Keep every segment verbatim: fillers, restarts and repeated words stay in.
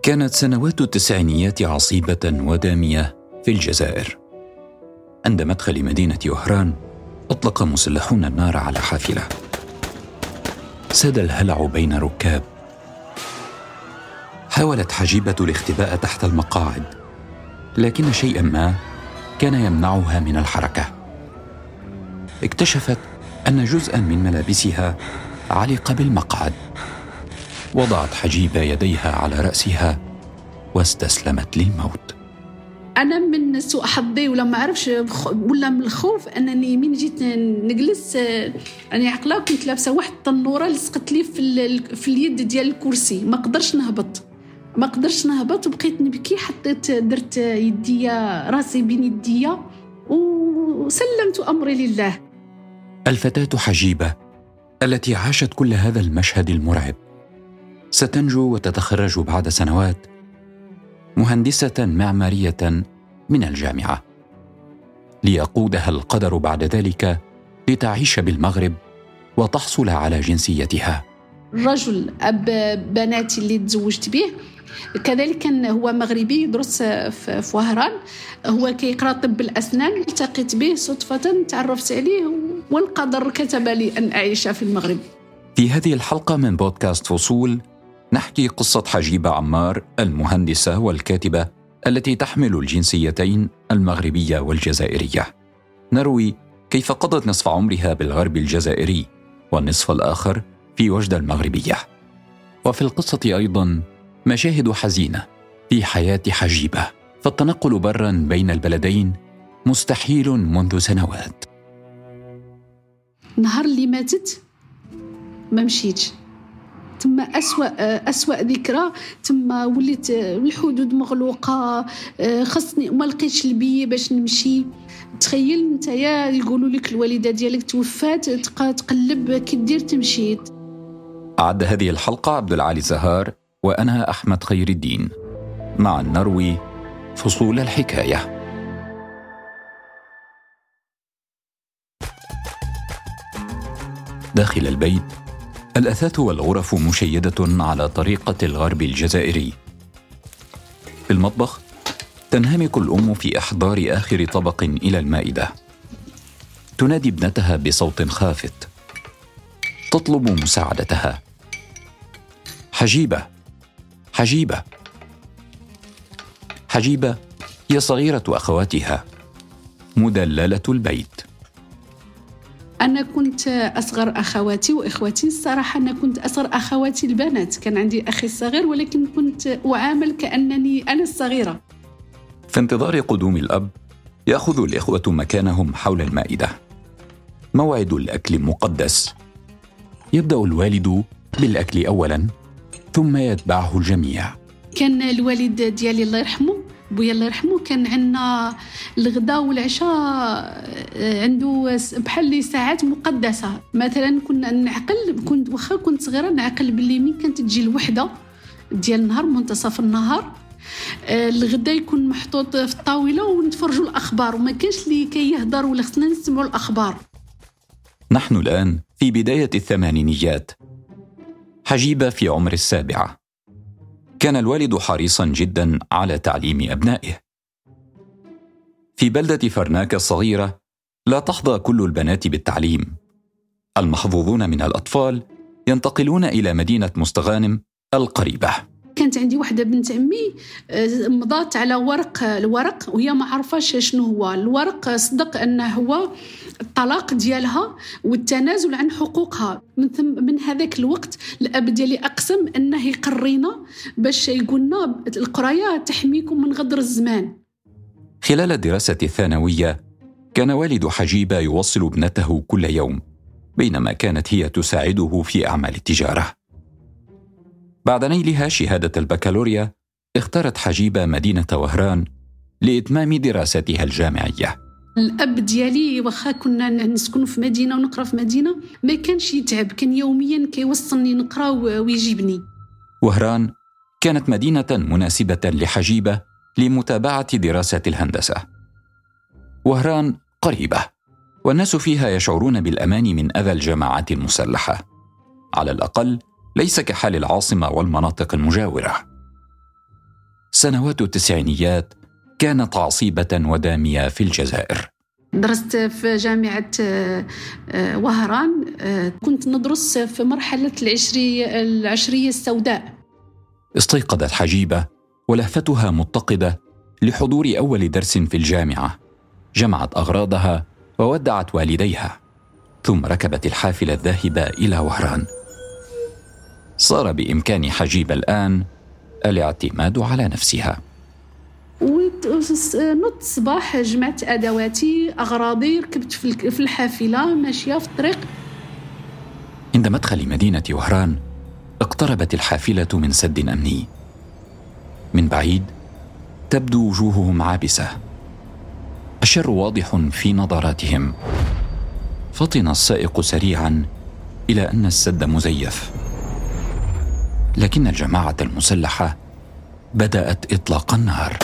كانت سنوات التسعينيات عصيبة ودامية في الجزائر. عند مدخل مدينة وهران أطلق مسلحون النار على حافلة. ساد الهلع بين ركاب. حاولت حجيبة الاختباء تحت المقاعد، لكن شيئا ما كان يمنعها من الحركة. اكتشفت أن جزءا من ملابسها علق بالمقعد. وضعت حجيبة يديها على رأسها واستسلمت للموت. أنا من سوء حظي ولا ما أعرفش ولا من الخوف أنني من جيت نجلس أنا عقلة كنت لابسة واحد التنورة لصقت لي في, في اليد ديال الكرسي، ما قدرش نهبط ما قدرش نهبط وبقيت نبكي. حطيت درت يديا راسي بين يديا وسلمت أمري لله. الفتاة حجيبة التي عاشت كل هذا المشهد المرعب ستنجو وتتخرج بعد سنوات مهندسة معمارية من الجامعة، ليقودها القدر بعد ذلك لتعيش بالمغرب وتحصل على جنسيتها. الرجل أب بناتي اللي تزوجت به كذلك كان هو مغربي يدرس في وهران، هو كيقرا طب الأسنان. التقيت به صدفة، تعرفت عليه والقدر كتب لي أن أعيش في المغرب. في هذه الحلقة من بودكاست فصول نحكي قصة حجيبة عمار المهندسة والكاتبة التي تحمل الجنسيتين المغربية والجزائرية. نروي كيف قضت نصف عمرها بالغرب الجزائري والنصف الآخر في وجدة المغربية. وفي القصة أيضا مشاهد حزينة في حياة حجيبة، فالتنقل برا بين البلدين مستحيل منذ سنوات. نهار اللي ماتت ما مشيتش، ثم أسوأ أسوأ ذكرى، ثم وليت الحدود مغلوقة، خصني ما لقيتش البي باش نمشي. تخيل نتايا يقولوا لك الوالدة ديالك توفات، تبقى تقلب كي دير تمشي. أعد هذه الحلقة عبد العالي زهار وأنا أحمد خير الدين، مع نروي فصول الحكاية. داخل البيت الأثاث والغرف مشيدة على طريقة الغرب الجزائري. في المطبخ تنهمك الأم في إحضار آخر طبق إلى المائدة. تنادي ابنتها بصوت خافت، تطلب مساعدتها. حجيبة حجيبة حجيبة هي صغيرة أخواتها، مدللة البيت. أنا كنت أصغر أخواتي وإخواتي. الصراحة أنا كنت أصغر أخواتي البنات، كان عندي أخي الصغير ولكن كنت أعامل كأنني أنا الصغيرة. في انتظار قدوم الأب يأخذ الإخوة مكانهم حول المائدة. موعد الأكل مقدس. يبدأ الوالد بالأكل أولا ثم يتبعه الجميع. كان الوالد ديالي الله يرحمه بويا الله يرحمه كان عندنا الغداء والعشاء عنده بحال لي ساعات مقدسة. مثلا كنا نعقل، كنت واخا كنت صغيرة نعقل باللي مين كانت تجي الوحدة ديال النهار منتصف النهار الغداء يكون محطوط في الطاولة ونتفرجوا الأخبار، وما كانش اللي كيهضر ولا خصنا نسمعوا الأخبار. نحن الآن في بداية الثمانينيات. حجيبة في عمر السابعة. كان الوالد حريصا جدا على تعليم أبنائه. في بلدة فرناك الصغيرة لا تحظى كل البنات بالتعليم. المحظوظون من الأطفال ينتقلون إلى مدينة مستغانم القريبة. كانت عندي واحدة بنت عمي مضات على ورق الورق وهي ما عرفاش شنو هو الورق. صدق أنه هو الطلاق ديالها والتنازل عن حقوقها. من ثم من هذاك الوقت الأب ديالي أقسم أنه يقرينا باش يقولنا القراية تحميكم من غدر الزمان. خلال الدراسة الثانوية كان والد حجيبة يوصل ابنته كل يوم، بينما كانت هي تساعده في أعمال التجارة. بعد نيلها شهادة البكالوريا اختارت حجيبة مدينة وهران لإتمام دراستها الجامعية. الأب ديالي واخا كنا نسكن في مدينة ونقرأ في مدينة ما كانش يتعب، كان يوميا كيوصلني نقرأ ويجيبني. وهران كانت مدينة مناسبة لحجيبة لمتابعة دراسة الهندسة. وهران قريبة والناس فيها يشعرون بالأمان من أذى الجماعات المسلحة، على الأقل ليس كحال العاصمة والمناطق المجاورة. سنوات التسعينيات كانت عصيبة ودامية في الجزائر. درست في جامعة وهران، كنت ندرس في مرحلة العشرية, العشرية السوداء. استيقظت حجيبة ولهفتها متقدة لحضور أول درس في الجامعة. جمعت أغراضها وودعت والديها، ثم ركبت الحافلة الذاهبة إلى وهران. صار بإمكان حجيبة الآن الاعتماد على نفسها. ونط الصباح جمعت أدواتي أغراضي، ركبت في الحافلة ماشية في الطريق. عند مدخل مدينة وهران اقتربت الحافلة من سد أمني. من بعيد تبدو وجوههم عابسة، الشر واضح في نظراتهم. فطن السائق سريعا إلى أن السد مزيف، لكن الجماعة المسلحة بدأت إطلاق النار.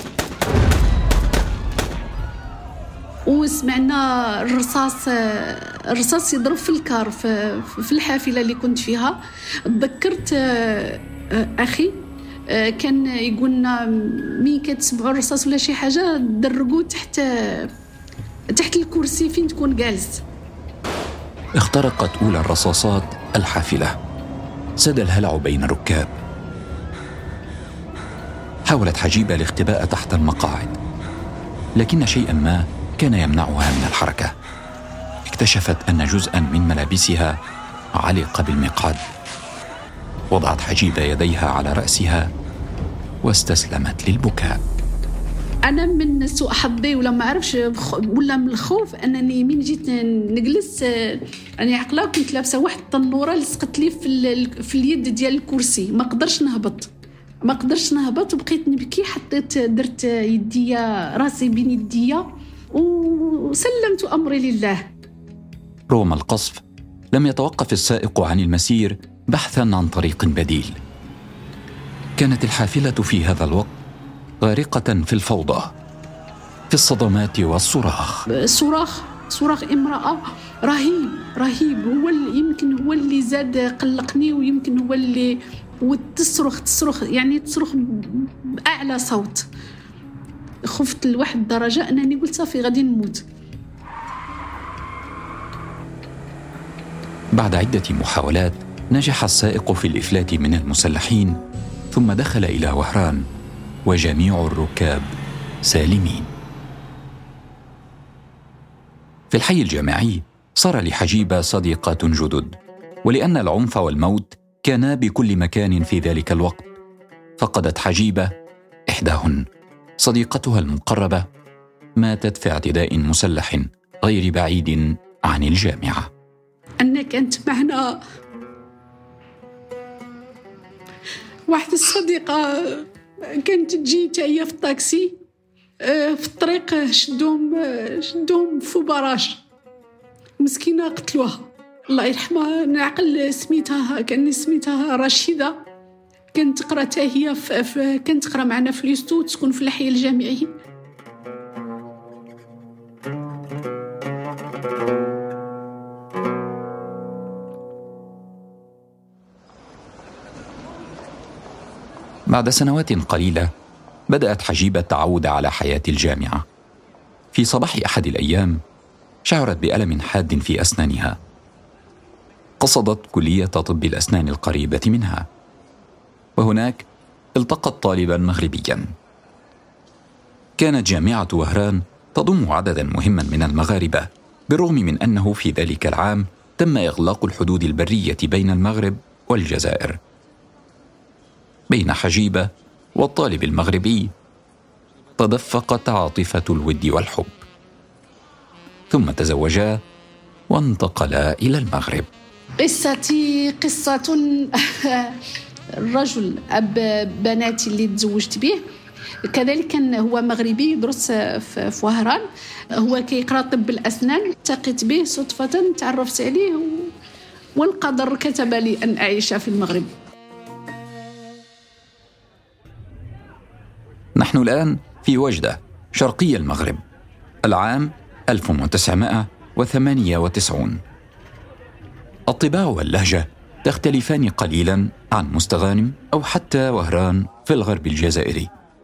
وسمعنا الرصاص الرصاص يضرب في الكار في الحافلة اللي كنت فيها. تذكرت أخي كان يقولنا مين كتسمعوا الرصاص ولا شي حاجة درقوا تحت تحت الكرسي فين تكون جالس. اخترقت أولى الرصاصات الحافلة، ساد الهلع بين الركاب. حاولت حجيبة الاختباء تحت المقاعد، لكن شيئا ما كان يمنعها من الحركة. اكتشفت أن جزءا من ملابسها علق بالمقعد. وضعت حجيبة يديها على رأسها واستسلمت للبكاء. أنا من سوء حظي ولا ما أعرفش ولا من الخوف أنني من جيت نجلس أنا عقلة كنت لابسة واحد التنورة لصقت لي في, في اليد ديال الكرسي، ما قدرش نهبط ما قدرش نهبط وبقيت نبكي. حطيت درت يديا راسي بين يديا وسلمت أمري لله. رغم القصف لم يتوقف السائق عن المسير بحثاً عن طريق بديل. كانت الحافلة في هذا الوقت غارقة في الفوضى، في الصدمات والصراخ. صراخ صراخ امرأة رهيب رهيب، هو اللي يمكن هو اللي زاد قلقني، ويمكن هو اللي وتصرخ تصرخ يعني تصرخ بأعلى صوت. خفت لواحد الدرجة أنني قلت صافي غادي نموت. بعد عدة محاولات نجح السائق في الإفلات من المسلحين، ثم دخل إلى وهران وجميع الركاب سالمين. في الحي الجامعي صار لحجيبة صديقات جدد، ولأن العنف والموت كانا بكل مكان في ذلك الوقت، فقدت حجيبة إحداهن، صديقتها المقربة ماتت في اعتداء مسلح غير بعيد عن الجامعة. أنا كانت معنا واحدة الصديقة كانت تجي تاهي في الطاكسي، في الطريق شدوهم شدوهم في براج، مسكينة قتلوها الله يرحمها. نعقل سميتها كان سميتها رشيدة، كانت تقرا تاهي في كانت تقرا معنا في ليستو، تسكن في الحي الجامعي. بعد سنوات قليلة بدأت حجيبة تعود على حياة الجامعة. في صباح أحد الأيام شعرت بألم حاد في أسنانها. قصدت كلية طب الأسنان القريبة منها، وهناك التقت طالبا مغربيا. كانت جامعة وهران تضم عددا مهما من المغاربة، بالرغم من أنه في ذلك العام تم إغلاق الحدود البرية بين المغرب والجزائر. بين حجيبة والطالب المغربي تدفقت عاطفة الود والحب، ثم تزوجا وانتقلا إلى المغرب. قصتي قصة الرجل أب بناتي اللي تزوجت به كذلك كان هو مغربي يدرس في وهران، هو كيقرا طب الأسنان. التقيت به صدفة، تعرفت عليه والقدر كتب لي أن أعيش في المغرب. نحن الآن في وجدة شرقي المغرب، العام ألف وتسعمائة وثمانية وتسعين. الطباع واللهجة تختلفان قليلا عن مستغانم أو حتى وهران في الغرب الجزائري،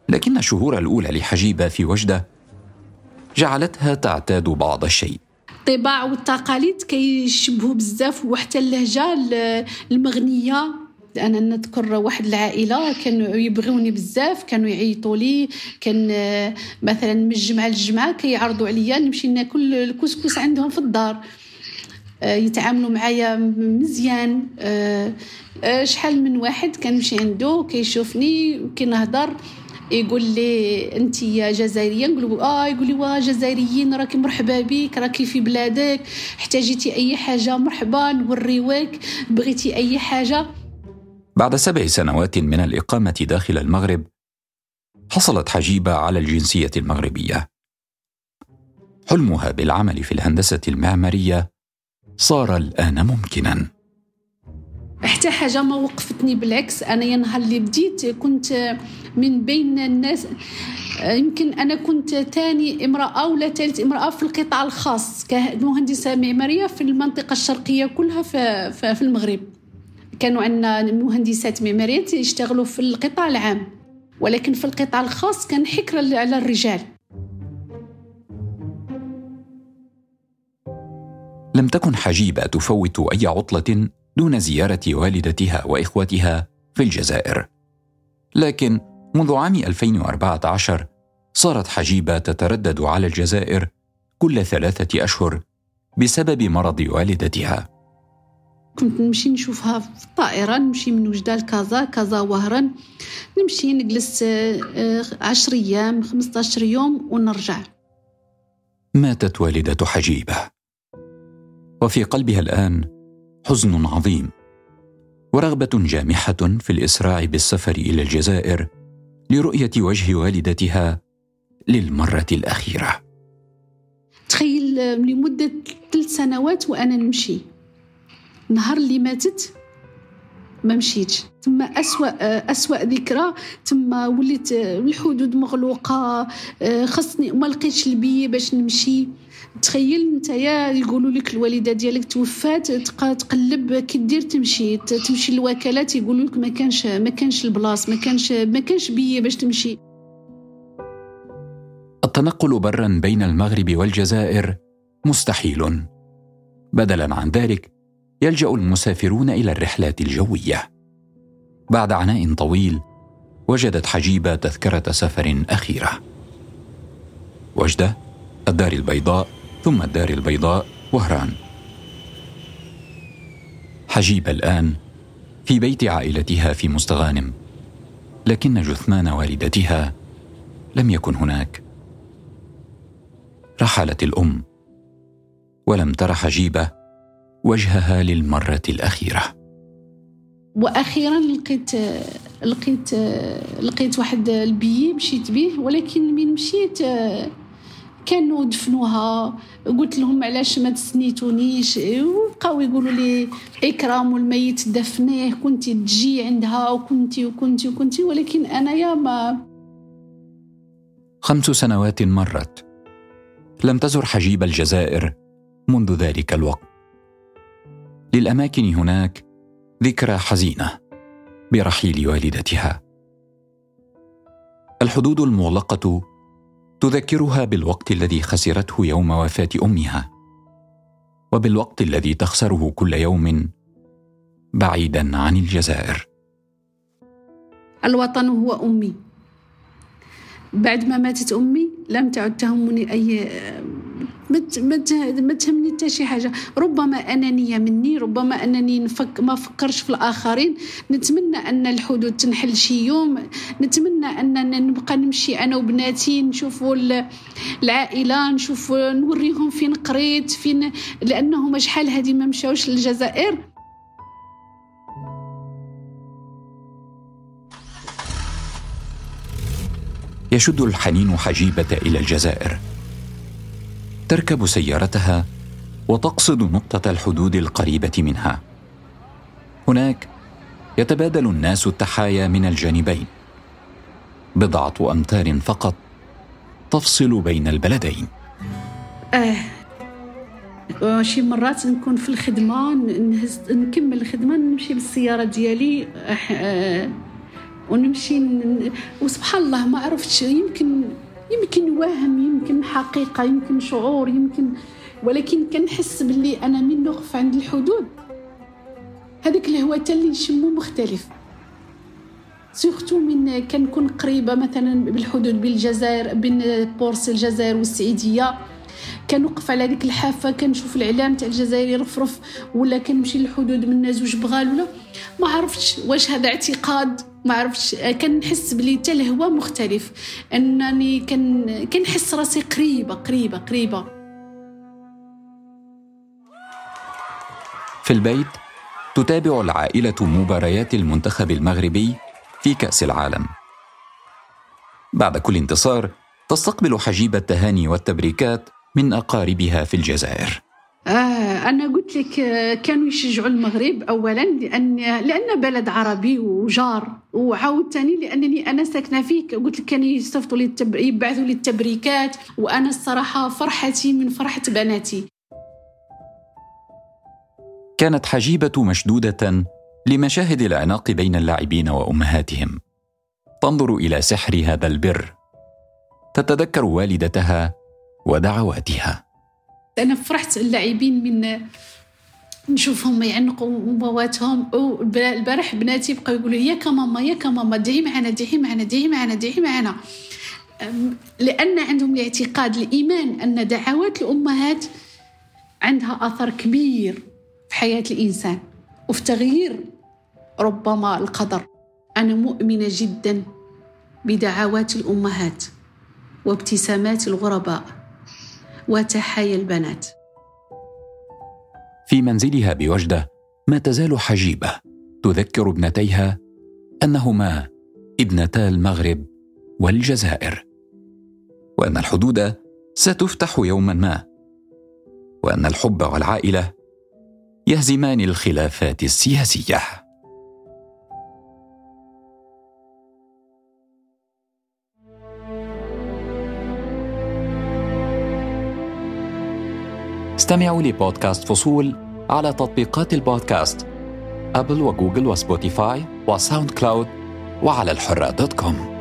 لكن الشهور الأولى لحجيبة في وجدة جعلتها تعتاد بعض الشيء. الطباع والتقاليد كيشبهوا بزاف، وحتى اللهجة المغنية. أنا نذكر واحد العائلة كانوا يبغوني بزاف، كانوا يعيطوا لي، كان مثلا من الجمعة للجمعة كيعرضوا عليا نمشي ناكل الكسكس عندهم في الدار، يتعاملوا معايا مزيان. شحال من واحد كنمشي عنده كيشوفني كنهضر يقول لي انت يا جزائريه، نقول اه، يقول لي واه جزائريين راكي مرحبا بك، راكي في بلادك، احتاجيتي اي حاجه مرحبا نوريوك، بغيتي اي حاجه. بعد سبع سنوات من الإقامة داخل المغرب حصلت حجيبة على الجنسية المغربية. حلمها بالعمل في الهندسة المعمارية صار الآن ممكناً. حتى حاجة ما وقفتني، بالعكس أنا ينهار اللي بديت كنت من بين الناس، يمكن أنا كنت تاني امرأة ولا ثالث امرأة في القطاع الخاص كمهندسة معمارية في المنطقة الشرقية كلها في المغرب. كانوا عندنا مهندسات معماريات يشتغلوا في القطاع العام، ولكن في القطاع الخاص كان حكر على الرجال. لم تكن حجيبة تفوت أي عطلة دون زيارة والدتها وإخوتها في الجزائر، لكن منذ عام ألفين وأربعة عشر صارت حجيبة تتردد على الجزائر كل ثلاثة أشهر بسبب مرض والدتها. كنت نمشي نشوفها في الطائرة، نمشي من وجدة لكازا، كازا وهران، نمشي نجلس عشر أيام خمسة عشر يوم ونرجع. ماتت والدة حجيبة، وفي قلبها الآن حزن عظيم ورغبة جامحة في الإسراع بالسفر إلى الجزائر لرؤية وجه والدتها للمرة الأخيرة. تخيل لمدة ثلاث سنوات وأنا نمشي، نهار اللي ماتت ما مشيتش، ثم أسوأ أسوأ ذكرى، ثم وليت الحدود مغلوقة، خصني ما لقيتش البي باش نمشي. تخيل انت يا يقولوا لك الوالده ديالك توفات، تقلب كي دير تمشي تمشي للوكالات يقولوا لك ما كانش ما كانش البلاص، ما كانش ما كانش بي باش تمشي. التنقل برا بين المغرب والجزائر مستحيل، بدلا عن ذلك يلجأ المسافرون إلى الرحلات الجوية. بعد عناء طويل وجدت حجيبة تذكرة سفر أخيرة، وجدة، الدار البيضاء، ثم الدار البيضاء وهران. حجيبة الآن في بيت عائلتها في مستغانم، لكن جثمان والدتها لم يكن هناك. رحلت الأم ولم تر حجيبة وجهها للمرة الأخيرة. وأخيرا لقيت لقيت لقيت واحد البي مشيت به، ولكن من مشيت كانوا دفنوها. قلت لهم علاش ما تسنيتونيش، وبقاو يقولوا لي إكرام والميت دفنيه، كنتي تجي عندها وكنتي وكنتي وكنتي ولكن أنا يا ما. خمس سنوات مرت لم تزر حجيبة الجزائر منذ ذلك الوقت. للأماكن هناك ذكرى حزينة برحيل والدتها. الحدود المغلقة تذكرها بالوقت الذي خسرته يوم وفاة أمها، وبالوقت الذي تخسره كل يوم بعيداً عن الجزائر. الوطن هو أمي. بعد ما ماتت أمي لم تعد تهمني أي ما تهمني حتى شي حاجة. ربما أنانية مني، ربما أنني نفك ما فكرش في الآخرين. نتمنى أن الحدود تنحل شي يوم، نتمنى أننا نبقى نمشي أنا وبناتي نشوفوا العائلة، نشوفوا نوريهم فين قريت فين، لأنهم شحال هذه ما مشاوش للجزائر. يشد الحنين حجيبة إلى الجزائر، تركب سيارتها وتقصد نقطة الحدود القريبة منها. هناك يتبادل الناس التحايا من الجانبين، بضعة أمتار فقط تفصل بين البلدين. آه شي مرات نكون في الخدمة نهز نكمل الخدمة نمشي بالسيارة ديالي، آه ونمشي ن... وسبحان الله ما عرفتش، يمكن يمكن وهم، يمكن حقيقة، يمكن شعور، يمكن، ولكن كنحس باللي أنا من نوقف عند الحدود هذيك الهواء اللي نشمو مختلف. سيختو من كنكون قريبة مثلا بالحدود بين الجزائر، بين بورس الجزائر والسعيدية، كنوقف على هذيك الحافة كنشوف الإعلام تاع الجزائر يرفرف، ولا كنمشي للحدود من زوج بغال، ولا ما عرفتش واش هذا اعتقاد، ما عرفتش. كنحس بلي حتى الهواء مختلف، انني كن كنحس راسي قريبة قريبة قريبة. في البيت تتابع العائلة مباريات المنتخب المغربي في كأس العالم. بعد كل انتصار تستقبل حجيبة التهاني والتبريكات من أقاربها في الجزائر. آه أنا قلت لك كانوا يشجعوا المغرب أولاً لأن لأن بلد عربي وجار، وعاود تاني لأنني أنا ساكنة فيه. قلت لك كانوا يصيفطوا لي التب... يبعثوا لي التبريكات، وأنا الصراحة فرحتي من فرحة بناتي. كانت حجيبة مشدودة لمشاهد العناق بين اللاعبين وأمهاتهم، تنظر إلى سحر هذا البر، تتذكر والدتها ودعواتها. أنا فرحت اللاعبين من نشوفهم يعنقوا مبواتهم. البارح بناتي بقوا يقولوا يا كماما يا كماما دعي معنا دعي معنا دعي معنا دعي معنا، لأن عندهم الاعتقاد الإيمان أن دعوات الأمهات عندها أثر كبير في حياة الإنسان وفي تغيير ربما القدر. أنا مؤمنة جدا بدعوات الأمهات وابتسامات الغرباء وتحايا البنات. في منزلها بوجدة ما تزال حجيبة تذكر ابنتيها أنهما ابنتا المغرب والجزائر، وأن الحدود ستفتح يوما ما، وأن الحب والعائلة يهزمان الخلافات السياسية. استمعوا لبودكاست فصول على تطبيقات البودكاست أبل وجوجل وسبوتيفاي وساوند كلاود وعلى الحرة دوت كوم.